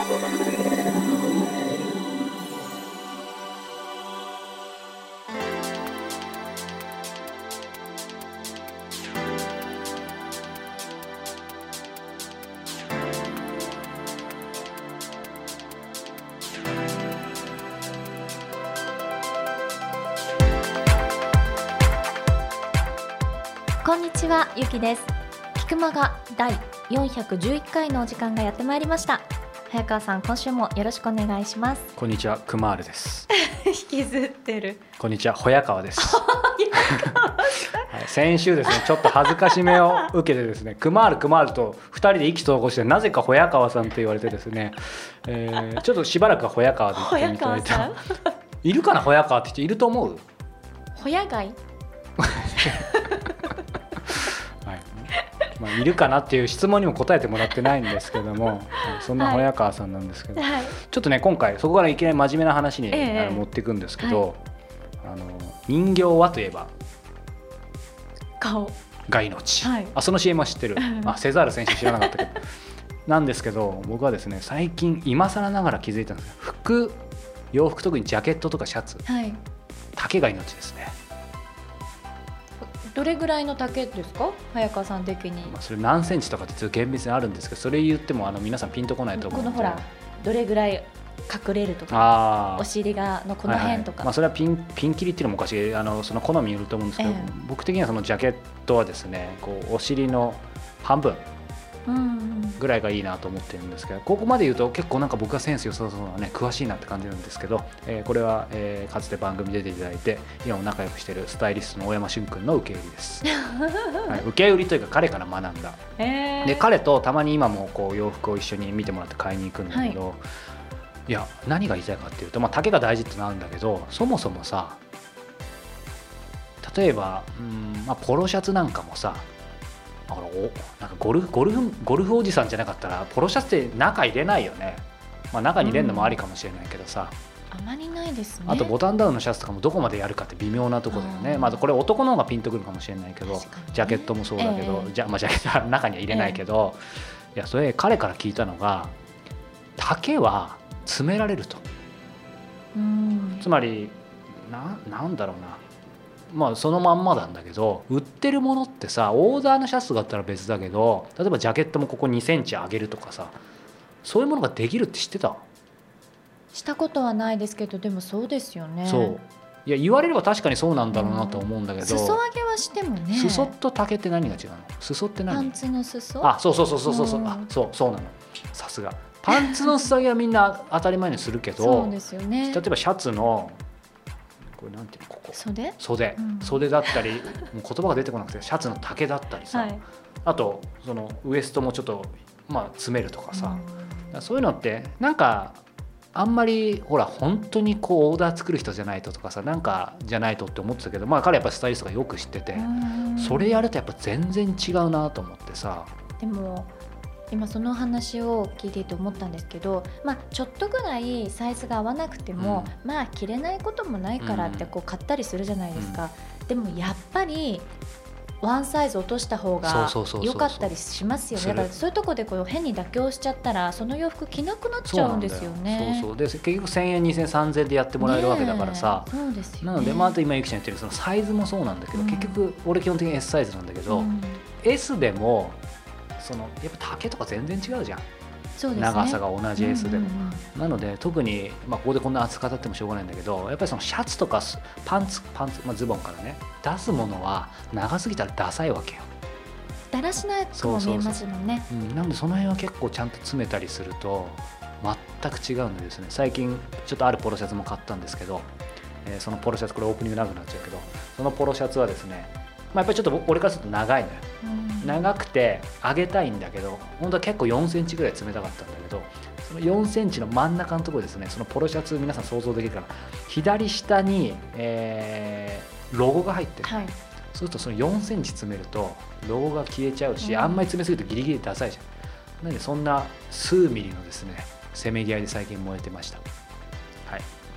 こんにちは、ゆきです。ピクマガ第411回のお時間がやってまいりました。早川さん、今週もよろしくお願いします。 こんにちは、クマールです。 引きずってる。 こんにちは、ほやかわです。先週ですね、ちょっと恥ずかしめを受けてですね、クマールと2人で意気投合して、なぜかほやかわさんと言われてですね、ちょっとしばらくはほやかわで言ってみたいと。いるかな、ほやかわって人いると思う？ ほやがいいるかなっていう質問にも答えてもらってないんですけども、そんなほやかわさんなんですけど、ちょっとね、今回そこからいきなり真面目な話に、持っていくんですけど、人形はといえば顔が命、その CM は知ってる。セザール選手知らなかったけどなんですけど、僕はですね、最近今更ながら気づいたんですけど、洋服、特にジャケットとかシャツ、丈が命ですね。 どれぐらいの丈ですか、早川さん的に？ それ何センチとかってちょっと厳密にあるんですけど、それ言っても皆さんピンとこないと思うので、 このほら、どれぐらい隠れるとか、お尻がのこの辺とか、 それはピン切りっていうのもおかしい、その好みによると思うんですけど、僕的にはそのジャケットはですね、こうお尻の半分ぐらいがいいなと思ってるんですけど、ここまで言うと結構なんか僕がセンス良さそうなね、詳しいなって感じるんですけど、これは、かつて番組出ていただいて今も仲良くしているスタイリストの大山俊君の受け売りです、受け売りというか彼から学んだ、で彼とたまに今もこう洋服を一緒に見てもらって買いに行くんだけど、いや何が言いたいかっていうと、丈が大事ってなるんだけど、そもそもさ、例えばポロシャツなんかもさ、なんかゴルフおじさんじゃなかったらポロシャツって中入れないよね。中に入れるのもありかもしれないけどさ、 あまりないですね。 あとボタンダウンのシャツとかもどこまでやるかって微妙なところだよね。これ男の方がピンとくるかもしれないけど、ジャケットもそうだけど、ジャケットは中には入れないけど、いや、それ彼から聞いたのが、丈は詰められると。つまりなんだろうな、そのまんまなんだけど、売ってるものってさ、オーダーのシャツがあったら別だけど、例えばジャケットもここ2センチ上げるとかさ、そういうものができるって知ってた？ したことはないですけど、でもそうですよね。 そう、いや、言われれば確かにそうなんだろうなと思うんだけど、 裾上げはしてもね。 裾と丈って何が違うの？裾って何？ パンツの裾？ そうなの。さすが。パンツの裾上げはみんな当たり前にするけどそうですよね。 例えばシャツのこれなんていうの、ここ袖だったり、もう言葉が出てこなくて、シャツの丈だったりさ、あとそのウエストもちょっと詰めるとかさ、そういうのってなんかあんまりほら本当にこうオーダー作る人じゃないととかさ、なんかじゃないとって思ってたけど、彼やっぱスタイリストがよく知ってて、それやるとやっぱ全然違うなと思ってさ。 でも今その話を聞いていて思ったんですけど、ちょっとぐらいサイズが合わなくても、着れないこともないからってこう買ったりするじゃないですか。でもやっぱりワンサイズ落とした方が良かったりしますよね。だからそういうとこでこう変に妥協しちゃったら、その洋服着なくなっちゃうんですよね。 で結局1000円2000円3000円でやってもらえるわけだからさ、 そうですよね。 なのであと今ゆきちゃん言ってるそのサイズもそうなんだけど、結局俺基本的に S サイズなんだけど、S でもやっぱ丈とか全然違うじゃん。そうですね、長さが同じ S でも、なので特に、ここでこんな熱く語ってもしょうがないんだけど、やっぱりそのシャツとかパンツ、ズボンからね出すものは長すぎたらダサいわけよ。 だらしなくも見えますもんね。 なのでその辺は結構ちゃんと詰めたりすると全く違うんでですね、最近ちょっとあるポロシャツも買ったんですけど、そのポロシャツ、これオープニング長くなっちゃうけど、そのポロシャツはですね、やっぱりちょっと俺からすると長いのよ。長くて上げたいんだけど、本当は結構4センチぐらい詰めたかったんだけど、その4センチの真ん中のところですね、そのポロシャツ皆さん想像できるかな、左下に、ロゴが入ってる、そうするとその4センチ詰めるとロゴが消えちゃうし、あんまり詰めすぎるとギリギリダサいじゃん。なのでそんな数ミリのですねせめぎ合いで最近燃えてました。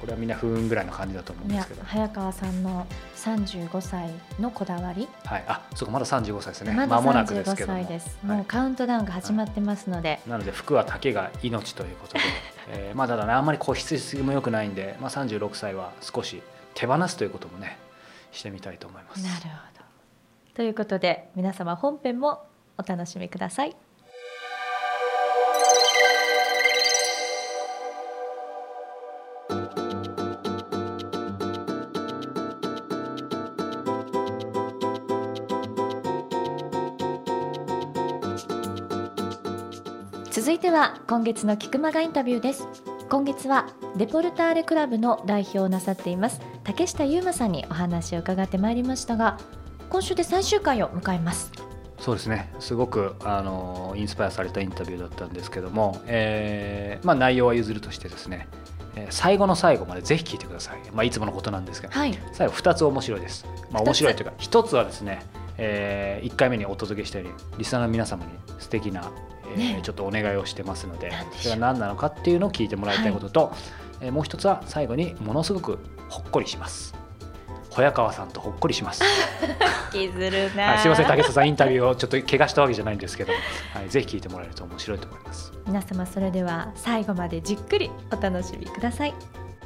これはみんな不運ぐらいの感じだと思うんですけど。 早川さんの35歳のこだわり、 はい、そうか、まだ35歳ですね。 まだ間もなくですけども。 35歳です。もうカウントダウンが始まってますので、 なので服は丈が命ということで、ただね、あんまり固執しすぎも良くないんで、36歳は少し手放すということもねしてみたいと思います。 なるほど。ということで皆様本編もお楽しみください。続いては今月のキクマガインタビューです。今月はデポルターレクラブの代表をなさっています竹下優馬さんにお話を伺ってまいりましたが、今週で最終回を迎えます。 そうですね、すごくインスパイアされたインタビューだったんですけども、内容は譲るとしてですね、最後の最後までぜひ聞いてください。いつものことなんですが、はい、最後2つ面白いです。面白いというか、1つはですね、1回目にお届けしたようにリスナーの皆様に素敵なちょっとお願いをしてますので、それが何なのかっていうのを聞いてもらいたいことと、もう一つは最後にものすごくほっこりします。小谷川さんとほっこりします気ずるな、 すいません、竹下さんインタビューをちょっと怪我したわけじゃないんですけど、ぜひ聞いてもらえると面白いと思います。 皆様それでは最後までじっくりお楽しみください。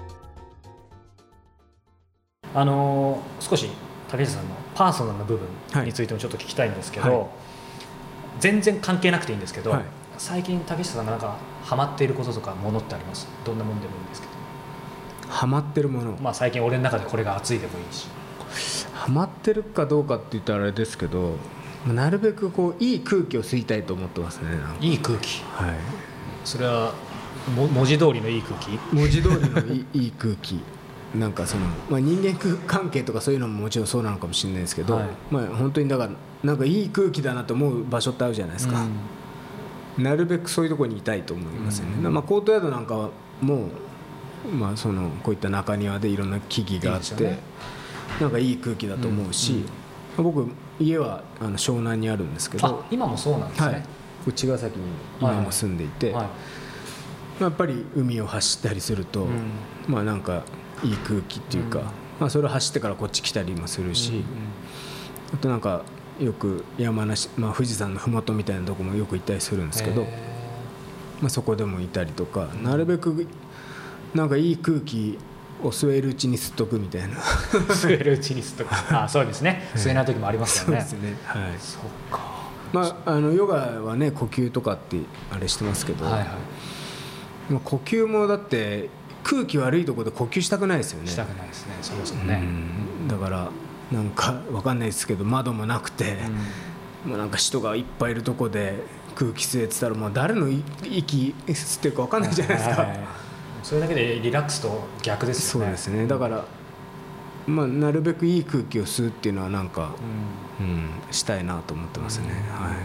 少し竹下さんのパーソナルな部分についてもちょっと聞きたいんですけど、全然関係なくていいんですけど、最近竹下さんがなんかハマっていることとかものってあります？どんなもんでもいいんですけど。 ハマってるもの、 最近俺の中でこれが熱いでもいいし。 ハマってるかどうかって言ったらあれですけど、なるべくいい空気を吸いたいと思ってますね。 いい空気、 はい、 それは文字通りのいい空気？ 文字通りのいい空気なんか人間関係とかそういうのももちろんそうなのかもしれないですけど、本当にだからなんかいい空気だなと思う場所ってあるじゃないですか、なるべくそういうところにいたいと思いますよね。コートヤードなんかはもうこういった中庭でいろんな木々があって、いいですよね、なんかいい空気だと思うし、僕家は湘南にあるんですけど、 今もそうなんですね、 茅ヶ崎に今も住んでいて、やっぱり海を走ったりすると、なんかいい空気っていうか、それを走ってからこっち来たりもするし、あとなんかよく山梨、富士山の麓みたいなとこもよく行ったりするんですけど、そこでもいたりとか、なるべくなんかいい空気を吸えるうちに吸っとくみたいな吸えるうちに吸っとくそうですね、吸えない時もありますよね。 そうですね、はい、 そうか。 ヨガはね呼吸とかってあれしてますけど、呼吸もだって空気悪いところで呼吸したくないですよね。 したくないですね、そもそもね。 だからなんか分かんないですけど、窓もなくて、なんか人がいっぱいいるとこで空気吸えてたら、誰の息吸ってるか分かんないじゃないですか。 それだけでリラックスと逆ですよね。 そうですね。だからなるべくいい空気を吸うっていうのはなんか、したいなと思ってますね。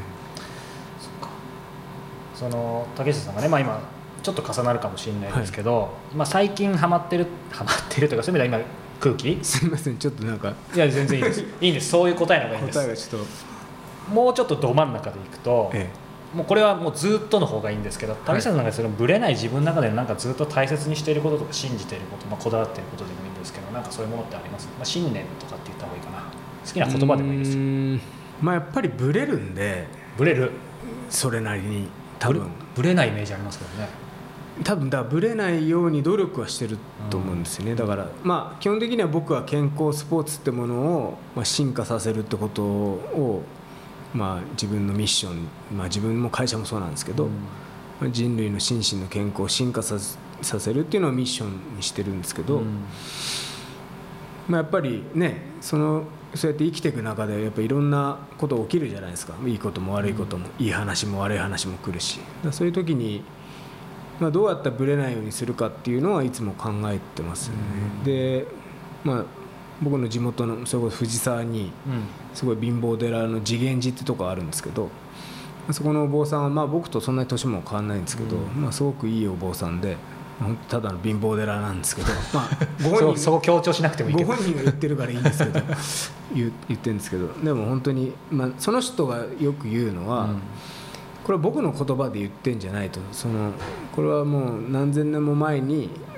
その竹下さんがね、今ちょっと重なるかもしれないですけど、最近ハマってるというか、そういう意味では今空気、 すみません、ちょっとなんか、 いや全然いいですいいんです、そういう答えの方がいいんです。 答えがちょっともうちょっとど真ん中でいくと、もうこれはもうずっとの方がいいんですけど、竹下さんがそのブレない自分の中でなんかずっと大切にしていることとか信じていること、こだわっていることでもいいんですけど、なんかそういうものってあります？信念とかって言った方がいいかな。好きな言葉でもいいですよ。 やっぱりブレるんで、 ブレる、 それなりに多分ブレないイメージありますけどね。 多分ブレないように努力はしてると思うんですよね。だから基本的には僕は健康スポーツってものを進化させるってことを自分のミッション、自分も会社もそうなんですけど、人類の心身の健康を進化させるっていうのをミッションにしてるんですけど、やっぱりね、そうやって生きていく中でやっぱいろんなこと起きるじゃないですか。いいことも悪いことも、いい話も悪い話も来るし、そういう時にどうやったらブレないようにするかっていうのはいつも考えてますね。で、僕の地元のそれこそ藤沢にすごい貧乏寺の次元寺ってとこあるんですけど、そこのお坊さんは僕とそんなに年も変わらないんですけど、すごくいいお坊さんで、ただの貧乏寺なんですけど、ご本人そこ強調しなくてもいいけど、 ご本人が言ってるからいいんですけど言ってるんですけど、でも本当に、その人がよく言うのは、これは僕の言葉で言ってんじゃないと、これはもう何千年も前に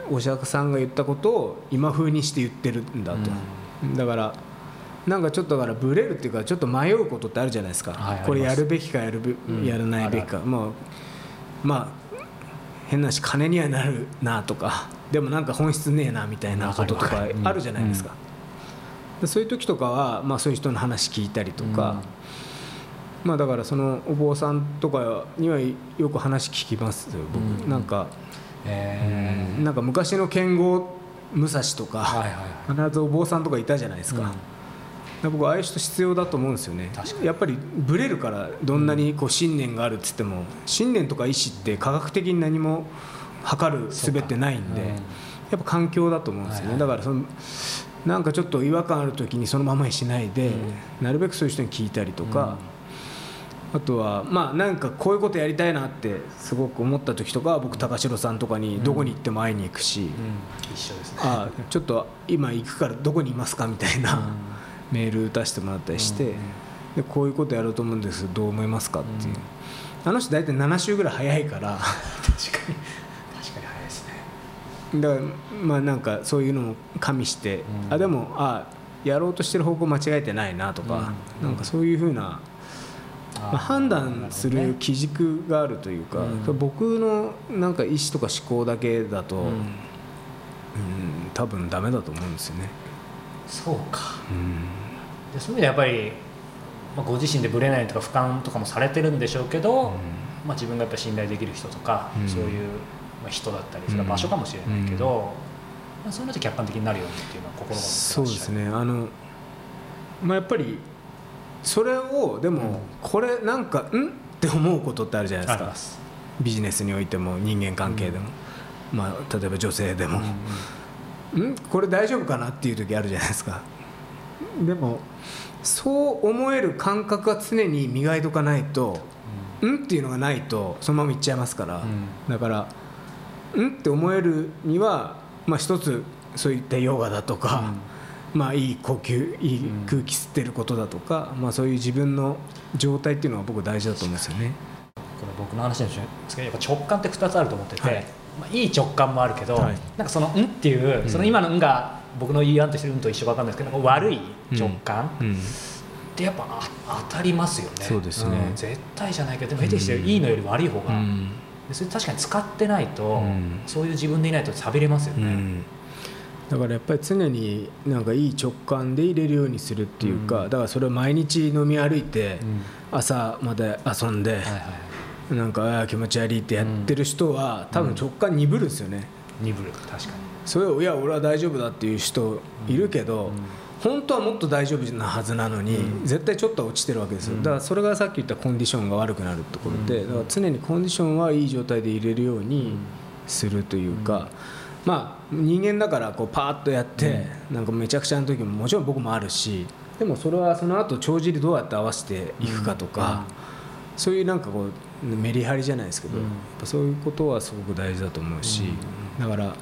お釈迦さんが言ったことを今風にして言ってるんだと、だからなんかちょっとだからブレるっていうかちょっと迷うことってあるじゃないですか、はい、これやるべきかやらないべきか、まあ変なし金にはなるなとかでもなんか本質ねえなみたいなこととかあるじゃないですか、そういう時とかは、まあ、そういう人の話聞いたりとか、まあ、だからそのお坊さんとかにはよく話聞きますよ僕、なんか昔の剣豪武蔵とか、必ずお坊さんとかいたじゃないですか、僕ああいう人必要だと思うんですよね。やっぱりブレるからどんなにこう信念があるっつっても信念とか意志って科学的に何も測る術ってないんで、やっぱ環境だと思うんですよね。だからなんかちょっと違和感ある時にそのままにしないで、なるべくそういう人に聞いたりとか、あとはまあなんかこういうことやりたいなってすごく思った時とか僕高城さんとかにどこに行っても会いに行くし、 一緒ですね。 ちょっと今行くからどこにいますかみたいなメール打たせてもらったりして、でこういうことやろうと思うんですどう思いますかっていう、あの人大体7週ぐらい早いから確かに早いですね。 だからまあなんかそういうのも加味して、でもやろうとしてる方向間違えてないなとか、なんかそういうふうな、判断する基軸があるというか、僕のなんか意思とか思考だけだと、多分ダメだと思うんですよね。 そうか、でそういう意味でやっぱり、ご自身でブレないとか俯瞰とかもされてるんでしょうけど、自分がやっぱ信頼できる人とか、そういう人だったりそれは場所かもしれないけど、そういうので客観的になるようにっていうのは心がけてらっしゃる。そうですね。やっぱりそれをでもこれなんかって思うことってあるじゃないですか。ビジネスにおいても人間関係でも、例えば女性でも、これ大丈夫かなっていう時あるじゃないですか。でもそう思える感覚は常に磨いとかないと、っていうのがないとそのままいっちゃいますから、だからって思えるには、一つそういったヨガだとか、いい呼吸いい空気吸ってることだとか、そういう自分の状態っていうのが僕大事だと思うんですよね。 これ僕の話なんですけど、やっぱ直感って2つあると思ってて、いい直感もあるけど、なんかそのっていうその今のが僕の言わんとしてると一緒か分かんないですけど、悪い直感ってやっぱ当たりますよね。 そうですね、 絶対じゃないけど、でも得てしていいのより悪い方が、それ確かに使ってないと、そういう自分でいないと寂れますよね。 だからやっぱり常になんかいい直感で入れるようにするっていうか、だからそれを毎日飲み歩いて、朝まで遊んで、なんか気持ち悪いってやってる人は、多分直感鈍るんですよね。 鈍る、確かに。 それをいや俺は大丈夫だっていう人いるけど、本当はもっと大丈夫なはずなのに、絶対ちょっと落ちてるわけですよ。だからそれがさっき言ったコンディションが悪くなるところで、だから常にコンディションはいい状態で入れるようにするというか、人間だからこうパーッとやって、なんかめちゃくちゃな時ももちろん僕もあるし、でもそれはその後帳尻どうやって合わせていくかとか、そういうなんかこうメリハリじゃないですけど、やっぱそういうことはすごく大事だと思うし、だから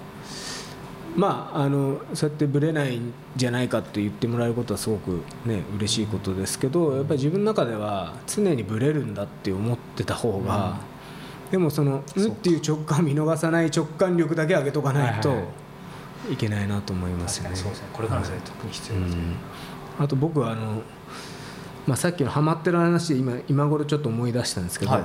そうやってブレないんじゃないかって言ってもらえることはすごくね嬉しいことですけど、やっぱり自分の中では常にブレるんだって思ってた方が、でもそのっていう直感見逃さない直感力だけ上げとかないといけないなと思いますね。 そうですね、これからの時代特に必要ですね。 あと僕はさっきのハマってる話で今頃ちょっと思い出したんですけど、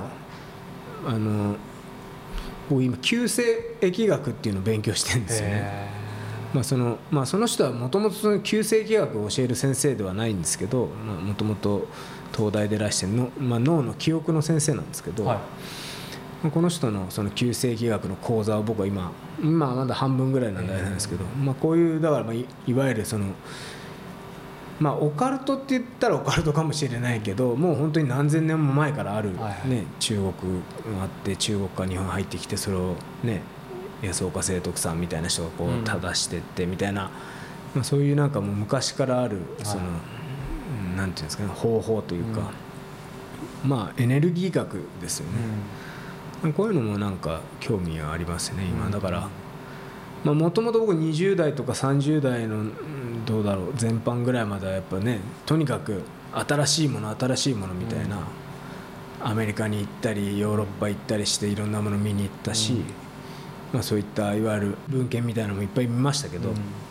僕今急性疫学っていうのを勉強してるんですよね。その人はもともと急性疫学を教える先生ではないんですけど、もともと東大でいらして脳の記憶の先生なんですけど、この人のその急性疫学の講座を僕は今まだ半分ぐらいなんですけど、こういうだからいわゆるそのオカルトって言ったらオカルトかもしれないけど、もう本当に何千年も前からある、中国があって、中国から日本入ってきて、それを安岡清徳さんみたいな人がこう正してってみたいな、そういうなんかもう昔からあるその、なんていうんですかね、方法というか、エネルギー学ですよね。こういうのもなんか興味はありますね今。だからもともと僕20代とか30代のどうだろう前半ぐらいまではやっぱね、とにかく新しいものみたいな、アメリカに行ったりヨーロッパ行ったりしていろんなもの見に行ったし、 そういったいわゆる文献みたいなのもいっぱい見ましたけど、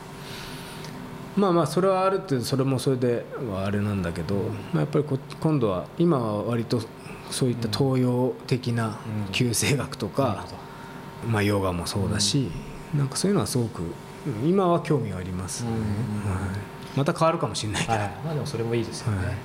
それはある程度それもそれではあれなんだけど、やっぱり今度は今は割とそういった東洋的な旧世学とか、ヨガもそうだし、なんかそういうのはすごく今は興味がありますね。また変わるかもしれないけど、 でもそれもいいですよね。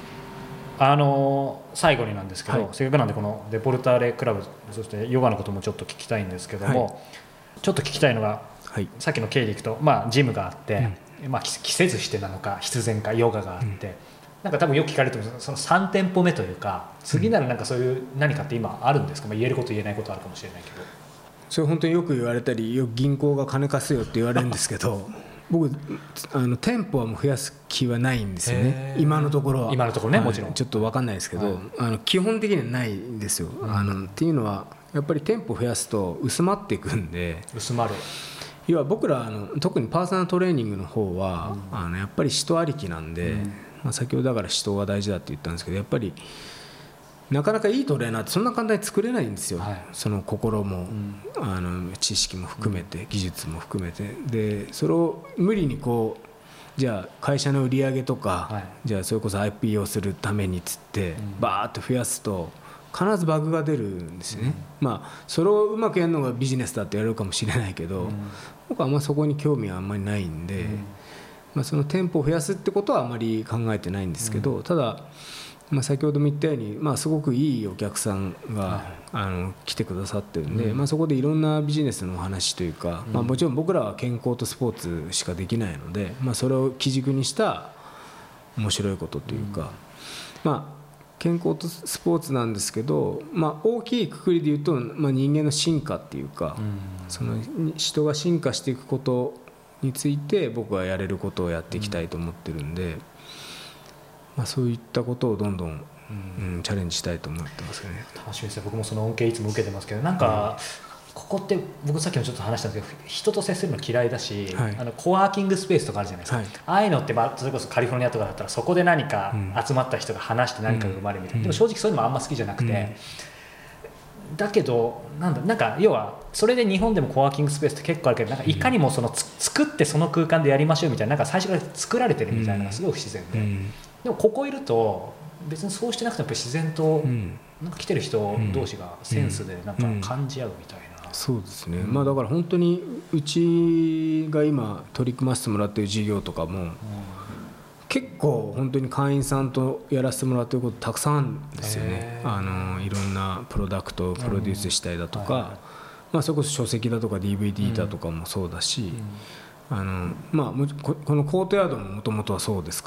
最後になんですけど、せっかくなんでこのデポルターレクラブ、そしてヨガのこともちょっと聞きたいんですけども、ちょっと聞きたいのが、さっきの経緯でいくと、ジムがあって、季節してなのか必然かヨガがあって、なんか多分よく聞かれてもその3店舗目というか次なるなんかそういう何かって今あるんですか？言えること言えないことあるかもしれないけど。 それ本当によく言われたり、よく銀行が金貸すよって言われるんですけど僕店舗はもう増やす気はないんですよね、今のところは。 今のところね、もちろんちょっと分かんないですけど、基本的にはないんですよ。っていうのはやっぱり店舗増やすと薄まっていくんで。 薄まる。 要は僕ら特にパーソナルトレーニングの方は、やっぱり人ありきなんで、先ほどだから人が大事だって言ったんですけど、やっぱりなかなかいいトレーナーってそんな簡単に作れないんですよ、その心も、知識も含めて、技術も含めて。でそれを無理にじゃあ会社の売り上げとか、じゃあそれこそ IP をするためにつってバーッと増やすと必ずバグが出るんですよね。それをうまくやるのがビジネスだって言われるかもしれないけど、僕はあんまそこに興味はあんまりないんで、その店舗を増やすってことはあまり考えてないんですけど、ただ、先ほども言ったように、すごくいいお客さんが、来てくださってるんで、そこでいろんなビジネスのお話というか、もちろん僕らは健康とスポーツしかできないので、それを基軸にした面白いことというか、健康とスポーツなんですけど、大きい括りで言うと、人間の進化っていうか、その人が進化していくことについて僕はやれることをやっていきたいと思ってるんで、そういったことをどんどん、チャレンジしたいと思ってますね。 楽しみですね。僕もその恩恵いつも受けてますけど、なんか、ここって僕さっきもちょっと話したんですけど、人と接するの嫌いだし、コワーキングスペースとかあるじゃないですか、ああいうのって、それこそカリフォルニアとかだったらそこで何か集まった人が話して何かが生まれるみたいな、でも正直そういうのもあんま好きじゃなくて、だけどなんか要はそれで日本でもコワーキングスペースって結構あるけど、なんかいかにもその作ってその空間でやりましょうみたいな、なんか最初から作られてるみたいなのがすごい不自然で、でもここいると別にそうしてなくてもやっぱり自然となんか来てる人同士がセンスでなんか感じ合うみたいな。 そうですね、だから本当にうちが今取り組ませてもらっている事業とかも、結構本当に会員さんとやらせてもらっていることたくさんあるんですよね。いろんなプロダクトをプロデュースしたりだとか、それこそ書籍だとか DVD だとかもそうだし、このコートヤードももともとはそうですから、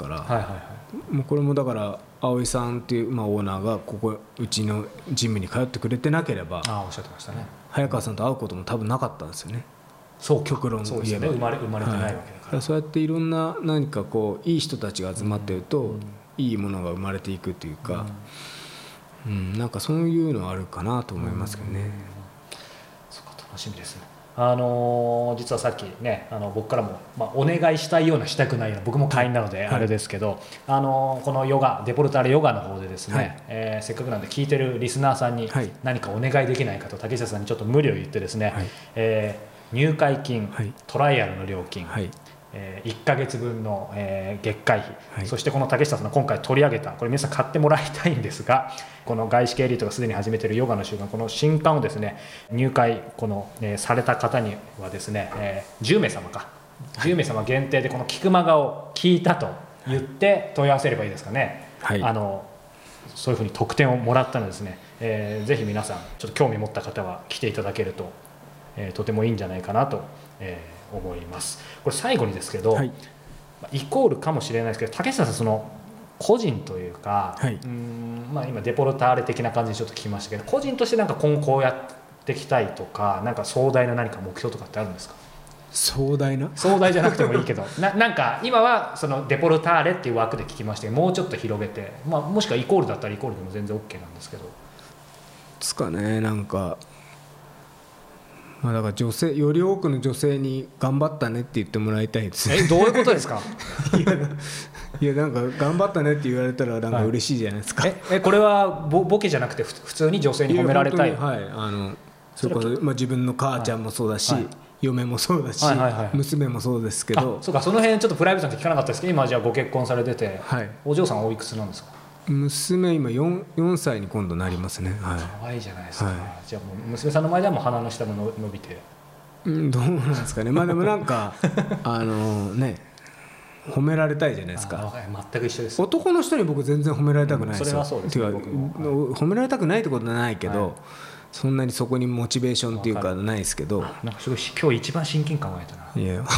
もうこれもだから葵さんっていう、オーナーがうちのジムに通ってくれてなければ、 おっしゃってましたね、 早川さんと会うことも多分なかったんですよね。極論言えば、生まれてないわけだから、 そうやっていろんな何かいい人たちが集まってると、いいものが生まれていくというか、なんかそういうのはあるかなと思いますけどね。 そうか、楽しみですね。実はさっきね、僕からも、お願いしたいようなしたくないような、僕も会員なのであれですけど、このヨガデポルターレヨガの方でですね、せっかくなんで聞いてるリスナーさんに何かお願いできないかと竹下さんにちょっと無理を言ってですね、入会金、トライアルの料金、1ヶ月分の月会費、そしてこの竹下さんの今回取り上げた、これ皆さん買ってもらいたいんですが、この外資系エリートがすでに始めているヨガの習慣、この新刊をですね、入会された方にはですね、10名様限定でこのキクマガを聞いたと言って問い合わせればいいですかね。そういうふうに特典をもらったのでですね、ぜひ皆さんちょっと興味持った方は来ていただけると、とてもいいんじゃないかなと、思います。これ最後にですけど、イコールかもしれないですけど、竹下さん、その個人というか、今デポルターレ的な感じでちょっと聞きましたけど、個人としてなんか今後こうやっていきたいとか、なんか壮大な何か目標とかってあるんですか？ 壮大じゃなくてもいいけどなんか今はそのデポルターレっていう枠で聞きましたけど、もうちょっと広げて、もしくはイコールだったらイコールでも全然 OK なんですけど。 ですかね。なんかだからより多くの女性に頑張ったねって言ってもらいたいですね。 どういうことですか？ いやなんか頑張ったねって言われたらなんか嬉しいじゃないですか。 これはボケじゃなくて普通に女性に褒められたい。 それこそ、自分の母ちゃんもそうだし、嫁もそうだし、娘もそうですけど。 そうか、その辺ちょっとプライベートに聞かなかったですけど、今じゃあご結婚されてて、お嬢さんはおいくつなんですか？ 娘今 4歳に今度なりますね。 可愛いじゃないですか。じゃあもう娘さんの前ではもう鼻の下も伸びて、 どうなんですかね。でもなんか褒められたいじゃないですか。 全く一緒です。 男の人に僕全然褒められたくないですよ。 それはそうですね。 褒められたくないってことはないけど、そんなにそこにモチベーションっていうかないですけど。 なんかすごい今日一番親近感湧いたな。 いや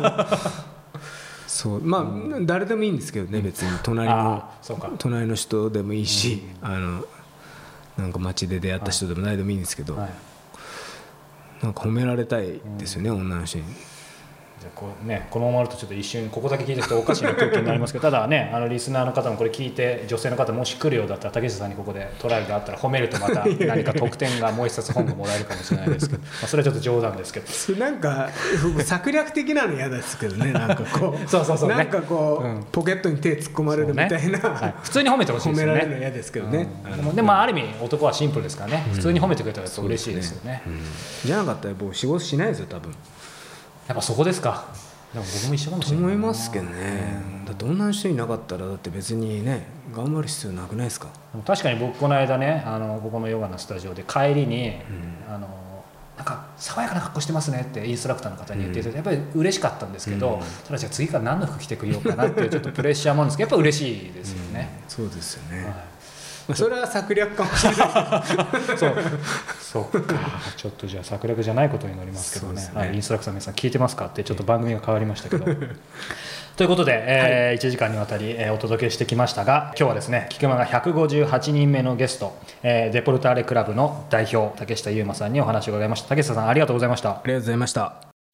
そう誰でもいいんですけどね、別に隣の人でもいいし、なんか街で出会った人でも誰でもいいんですけど、なんか褒められたいですよね、女の人に。 じゃあこのままあるとちょっと一瞬ここだけ聞いてるとおかしな空気になりますけど、ただね、リスナーの方もこれ聞いて女性の方もし来るようだったら、竹下さんにここでトライがあったら褒めるとまた何か特典がもう一冊本がもらえるかもしれないですけどそれはちょっと冗談ですけど、 なんか策略的なの嫌ですけどね。なんかこうなんかこう、ポケットに手突っ込まれるみたいな、 普通に褒めてほしいですよね。 褒められるの嫌ですけどね。 でもある意味男はシンプルですからね、普通に褒めてくれたら嬉しいですよね。 じゃなかったら僕仕事しないですよ多分。 やっぱそこですか。でも僕も一緒かもしれないと思いますけどね。だって女の人いなかったらだって別にね頑張る必要なくないですか。 確かに僕この間ね、ここのヨガのスタジオで帰りに、なんか爽やかな格好してますねってインストラクターの方に言っていて、やっぱり嬉しかったんですけど、ただじゃあ次から何の服着てくようかなっていうちょっとプレッシャーもあるんですけど、やっぱ嬉しいですよね。 そうですよね。それは策略かもしれないそうか、ちょっとじゃあ策略じゃないことになりますけどね。インストラクターの皆さん聞いてますかってちょっと番組が変わりましたけどということで、1時間にわたり、お届けしてきましたが、今日はですね、菊間が158人目のゲスト、デポルターレクラブの代表竹下優馬さんにお話を伺いました。竹下さん、ありがとうございました。 ありがとうございました。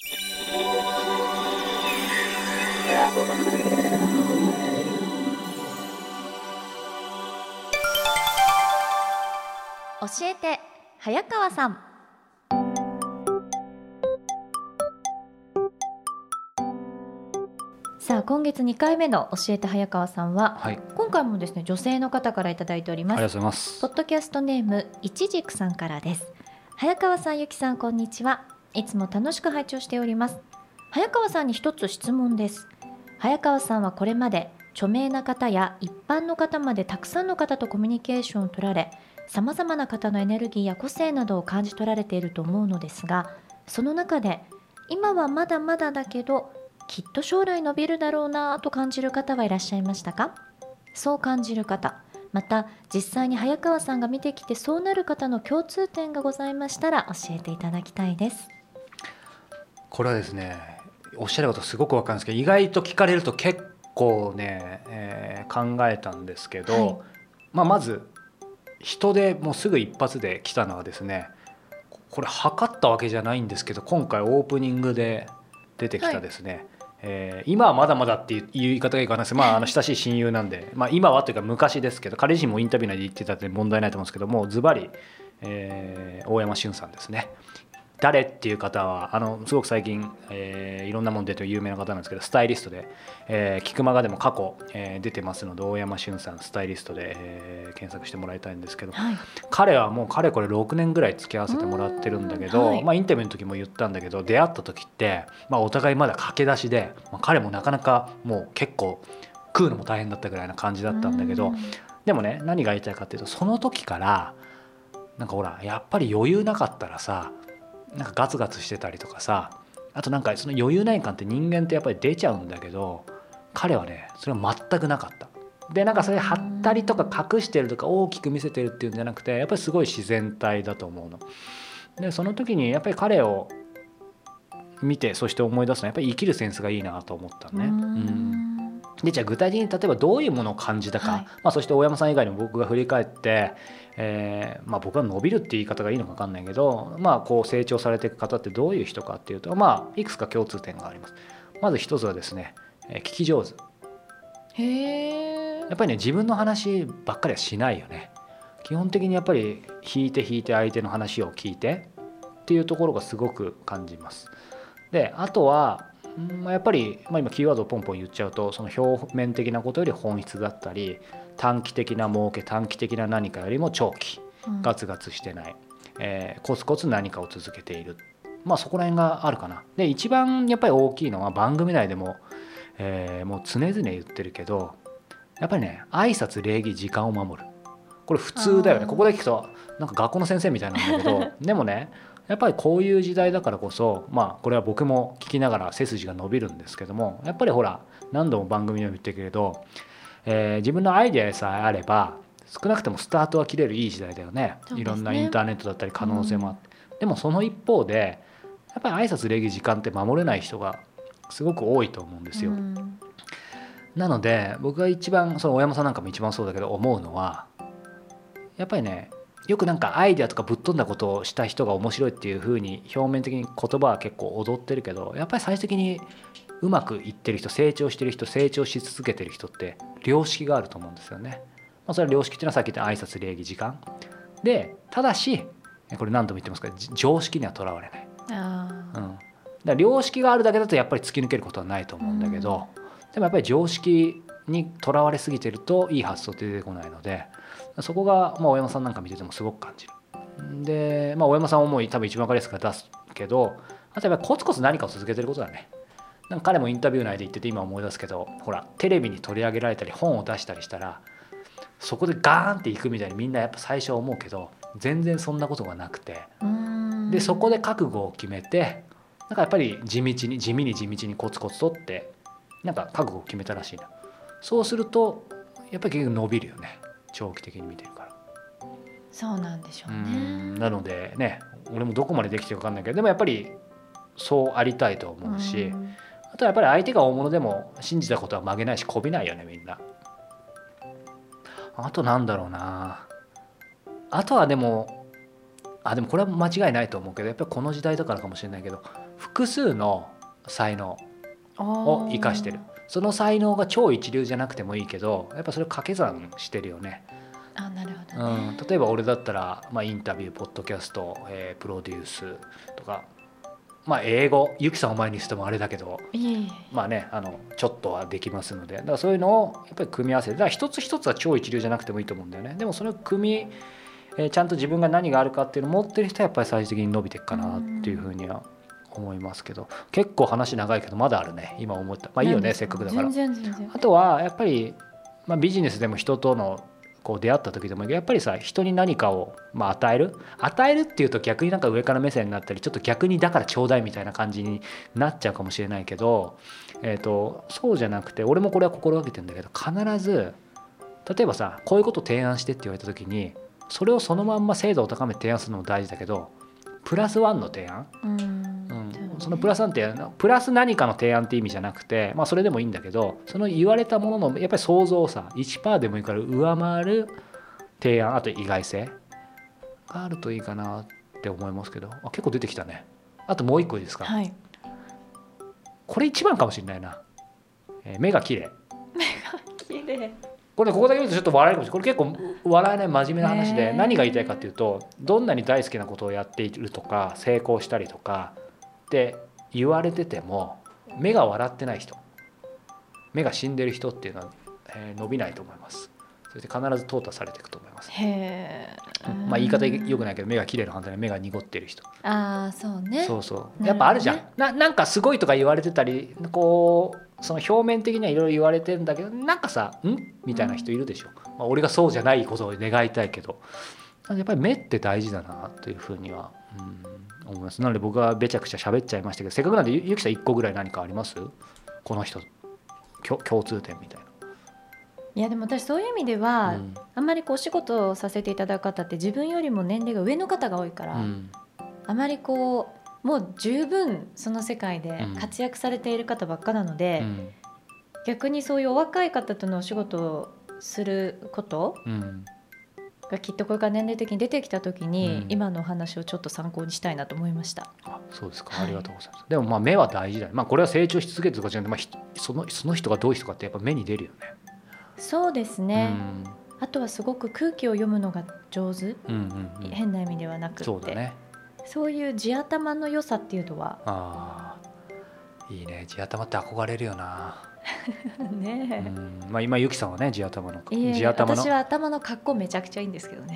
教えて早川さん。さあ、今月2回目の教えて早川さんは、今回もですね、女性の方からいただいております。 ありがとうございます。 ポッドキャストネームいちじくさんからです。早川さん、ゆきさん、こんにちは。いつも楽しく拝聴しております。早川さんに一つ質問です。早川さんはこれまで著名な方や一般の方までたくさんの方とコミュニケーションを取られ、さまざまな方のエネルギーや個性などを感じ取られていると思うのですが、その中で今はまだまだだけどきっと将来伸びるだろうなと感じる方はいらっしゃいましたか？そう感じる方、また実際に早川さんが見てきてそうなる方の共通点がございましたら教えていただきたいです。 これはですね、おっしゃることすごく分かるんですけど、意外と聞かれると結構ね、考えたんですけど、まず人でもうすぐ一発で来たのはですね、これ測ったわけじゃないんですけど、今回オープニングで出てきたですね、今はまだまだっていう言い方がいいかなです、親しい親友なんで、今はというか昔ですけど、彼自身もインタビュー内で言ってたって問題ないと思うんですけども、ズバリ、大山俊さんですね。誰っていう方はすごく最近、いろんなもの出てる有名な方なんですけど、スタイリストで、菊間がでも過去、出てますので、大山俊さんスタイリストで、検索してもらいたいんですけど、彼はもうかれこれ6年ぐらい付き合わせてもらってるんだけど、インタビューの時も言ったんだけど、出会った時って、お互いまだ駆け出しで、彼もなかなかもう結構食うのも大変だったぐらいな感じだったんだけど、でもね、何が言いたいかっていうと、その時からなんかほら、やっぱり余裕なかったらさ、なんかガツガツしてたりとかさ、あとなんかその余裕ない感って人間ってやっぱり出ちゃうんだけど、彼はねそれは全くなかった。で、なんかそれ張ったりとか隠してるとか大きく見せてるっていうんじゃなくて、やっぱりすごい自然体だと思うので、その時にやっぱり彼を見て、そして思い出すのはやっぱり生きるセンスがいいなと思ったね。で、じゃあ具体的に例えばどういうものを感じたか、そして大山さん以外にも僕が振り返って、僕は伸びるって言い方がいいのか分かんないけど、こう成長されていく方ってどういう人かっていうと、いくつか共通点があります。まず一つはですね、聞き上手。やっぱりね、自分の話ばっかりはしないよね。基本的にやっぱり引いて相手の話を聞いてっていうところがすごく感じます。で、あとはやっぱり、今キーワードをポンポン言っちゃうと、その表面的なことより本質だったり、短期的な儲け、短期的な何かよりも長期、ガツガツしてない、 コツコツ何かを続けている、そこら辺があるかな。で一番やっぱり大きいのは番組内でも、もう常々言ってるけど、やっぱりね、挨拶礼儀時間を守る、これ普通だよね。ここで聞くとなんか学校の先生みたいなんだけどでもね、やっぱりこういう時代だからこそ、これは僕も聞きながら背筋が伸びるんですけども、やっぱりほら何度も番組でも言ってるけど、自分のアイデアさえあれば少なくともスタートは切れるいい時代だよね。いろんなインターネットだったり可能性もあって、でもその一方でやっぱり挨拶礼儀時間って守れない人がすごく多いと思うんですよ。なので僕が一番、その大山さんなんかも一番そうだけど思うのは、やっぱりね、よくなんかアイデアとかぶっ飛んだことをした人が面白いっていう風に表面的に言葉は結構踊ってるけど、やっぱり最終的にうまくいってる人、成長してる人、成長し続けてる人って良識があると思うんですよね。それは良識っていうのはさっき言った挨拶礼儀時間で、ただしこれ何度も言ってますけど常識にはとらわれない。だから良識があるだけだとやっぱり突き抜けることはないと思うんだけど、でもやっぱり常識にとらわれすぎてるといい発想って出てこないので、そこが大山さんなんか見ててもすごく感じる。で、大山さん思い多分一番分かりやすく出すけど、あとやっぱりコツコツ何かを続けてることだね。なんか彼もインタビュー内で言ってて今思い出すけど、ほらテレビに取り上げられたり本を出したりしたらそこでガーンっていくみたいにみんなやっぱ最初は思うけど、全然そんなことがなくて、でそこで覚悟を決めて、なんかやっぱり地道にコツコツとってなんか覚悟を決めたらしいな。そうするとやっぱり結局伸びるよね、長期的に見てるから。 そうなんでしょうね。 なのでね、俺もどこまでできてるか分かんないけど、でもやっぱりそうありたいと思うし、あとはやっぱり相手が大物でも信じたことは曲げないし、こびないよねみんな。あとなんだろうな、あとはでもこれは間違いないと思うけど、やっぱりこの時代だからかもしれないけど、複数の才能を生かしてる。その才能が超一流じゃなくてもいいけど、やっぱそれを掛け算してるよね。 なるほどね。 例えば俺だったら、インタビュー、ポッドキャスト、プロデュースとか、英語、ゆきさんを前にしてもあれだけど、ちょっとはできますので、だからそういうのをやっぱり組み合わせて、だから一つ一つは超一流じゃなくてもいいと思うんだよね。でもそれをちゃんと自分が何があるかっていうのを持ってる人はやっぱり最終的に伸びていくかなっていうふうには思いますけど、結構話長いけどまだあるね今思った。いいよね、せっかくだから。 全然あとはやっぱり、ビジネスでも人とのこう出会った時でもやっぱりさ、人に何かを与えるっていうと逆になんか上から目線になったり、ちょっと逆にだからちょうだいみたいな感じになっちゃうかもしれないけど、そうじゃなくて、俺もこれは心がけてるんだけど、必ず例えばさ、こういうことを提案してって言われた時に、それをそのまんま精度を高めて提案するのも大事だけど、プラスワンの提案、そのプラスワンってプラス何かの提案って意味じゃなくて、それでもいいんだけど、その言われたもののやっぱり想像をさ 1% でもいいから上回る提案、あと意外性があるといいかなって思いますけど、結構出てきたね。あともう一個いいですか。これ一番かもしれないな、目が綺麗。これここだけ見るとちょっと笑えるかもしれない。これ結構笑えない真面目な話で、何が言いたいかっていうと、どんなに大好きなことをやっているとか成功したりとかって言われてても、目が笑ってない人、目が死んでる人っていうのは、伸びないと思います。それで必ず淘汰されていくと思います。言い方良くないけど、目が綺麗な反対に目が濁ってる人。 そうね。 そうやっぱあるじゃん。なんかすごいとか言われてたり、こうその表面的にはいろいろ言われてるんだけど、なんかさみたいな人いるでしょ。俺がそうじゃないことを願いたいけど、やっぱり目って大事だなというふうには思います。なので僕はべちゃくちゃ喋っちゃいましたけど、せっかくなんでゆきさん1個ぐらい何かあります？この人共通点みたいな。 いやでも私そういう意味では、あんまりお仕事をさせていただく方って自分よりも年齢が上の方が多いから、あまりもう十分その世界で活躍されている方ばっかなので、逆にそういうお若い方とのお仕事をすることがきっとこれから年齢的に出てきた時に、今のお話をちょっと参考にしたいなと思いました。 そうですか、ありがとうございます。でも目は大事だね。これは成長し続けてるとかじゃなくて、その人がどういう人かってやっぱ目に出るよね。 そうですね。あとはすごく空気を読むのが上手、変な意味ではなくて、 そうだね。 そういう地頭の良さっていうのは、 いいね。地頭って憧れるよな。 ね今ゆきさんはね、地頭の私は頭の格好めちゃくちゃいいんですけどね。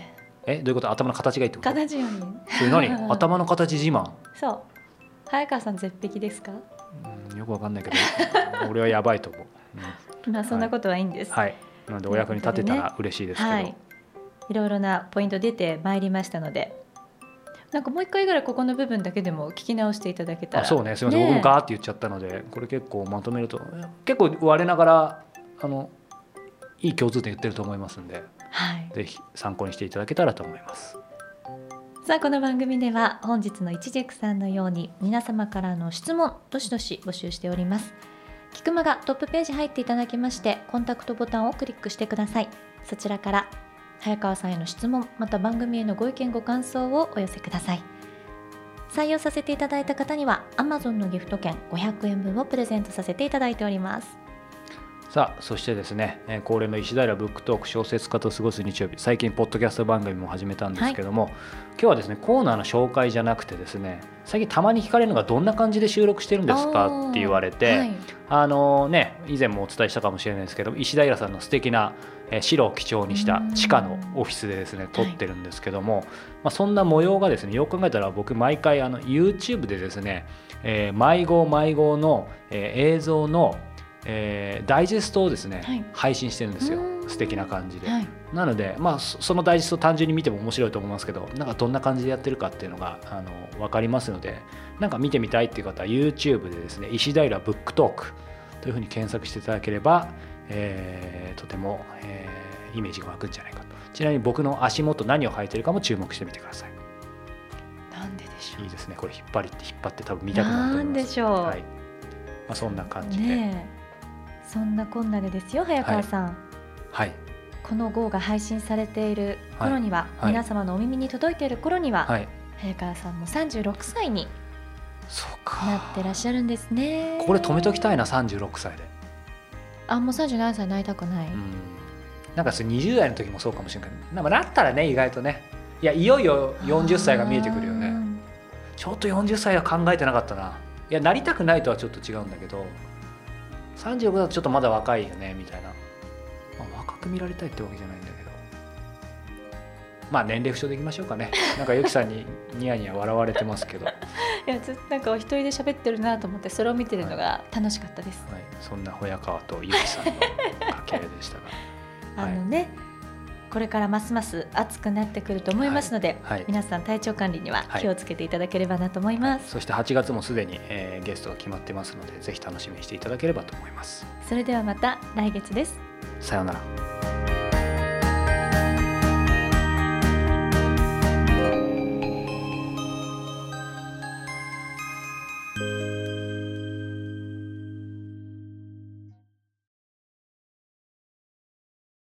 どういうこと？頭の形がいいってこと？ 形がいい。 それ何？頭の形自慢？ そう。早川さん絶壁ですか？ よくわかんないけど俺はやばいと思う。 まあそんなことはいいんです。 はい。なのでお役に立てたら嬉しいですけど。はい。 いろいろなポイント出てまいりましたので、なんかもう一回ぐらいここの部分だけでも聞き直していただけたら。 そうね、すみません、僕もガーって言っちゃったので、これ結構まとめると結構我ながらいい共通点言ってると思いますんで、はい、ぜひ参考にしていただけたらと思います。 さあこの番組では本日のいちじくさんのように皆様からの質問どしどし募集しております。キクマがトップページ入っていただきましてコンタクトボタンをクリックしてください。そちらから早川さんへの質問また番組へのご意見ご感想をお寄せください。採用させていただいた方には Amazon のギフト券500円分をプレゼントさせていただいております。 さあそしてですね、恒例の石平ブックトーク小説家と過ごす日曜日、最近ポッドキャスト番組も始めたんですけども、はい、今日はですねコーナーの紹介じゃなくてですね、最近たまに聞かれるのがどんな感じで収録してるんですかって言われて、はい、以前もお伝えしたかもしれないですけど、石平さんの素敵な白を基調にした地下のオフィスでですね撮ってるんですけども、はい、そんな模様がですねよく考えたら僕毎回YouTube でですね、毎号の、映像のダイジェストをですね、はい、配信してるんですよ、素敵な感じで、はい、なので、そのダイジェストを単純に見ても面白いと思いますけど、なんかどんな感じでやってるかっていうのが分かりますので、なんか見てみたいっていう方は YouTube でですね石平ブックトークというふうに検索していただければ、とても、イメージが湧くんじゃないかと。ちなみに僕の足元何を履いてるかも注目してみてください。 なんででしょう。 いいですね、これ引っ張って多分見たくなると思います。 なんでしょう、 はい、そんな感じで、 ね、そんなこんなでですよ早川さん、はいはい、 この号が配信されている頃には、はい、皆様のお耳に届いている頃には、はい、早川さんも36歳になってらっしゃるんですね。 これ止めときたいな、36歳で。 もう37歳になりたくない、 なんかそれ20代の時もそうかもしれない。なんかなったらね、意外とね、いよいよ40歳が見えてくるよね。ちょっと40歳は考えてなかったな。いやなりたくないとはちょっと違うんだけど、36だとちょっとまだ若いよねみたいな、若く見られたいってわけじゃないんだけど、年齢不詳でいきましょうかね。なんかゆきさんにニヤニヤ笑われてますけどいやずっとなんかお一人で喋ってるなと思って、それを見てるのが楽しかったです、 はい、そんなほや川とゆきさんの掛け合いでしたがこれからますます暑くなってくると思いますので、はいはい、皆さん体調管理には気をつけていただければなと思います、 そして8月もすでに、ゲストが決まってますので、ぜひ楽しみにしていただければと思います。 それではまた来月です。 さようなら。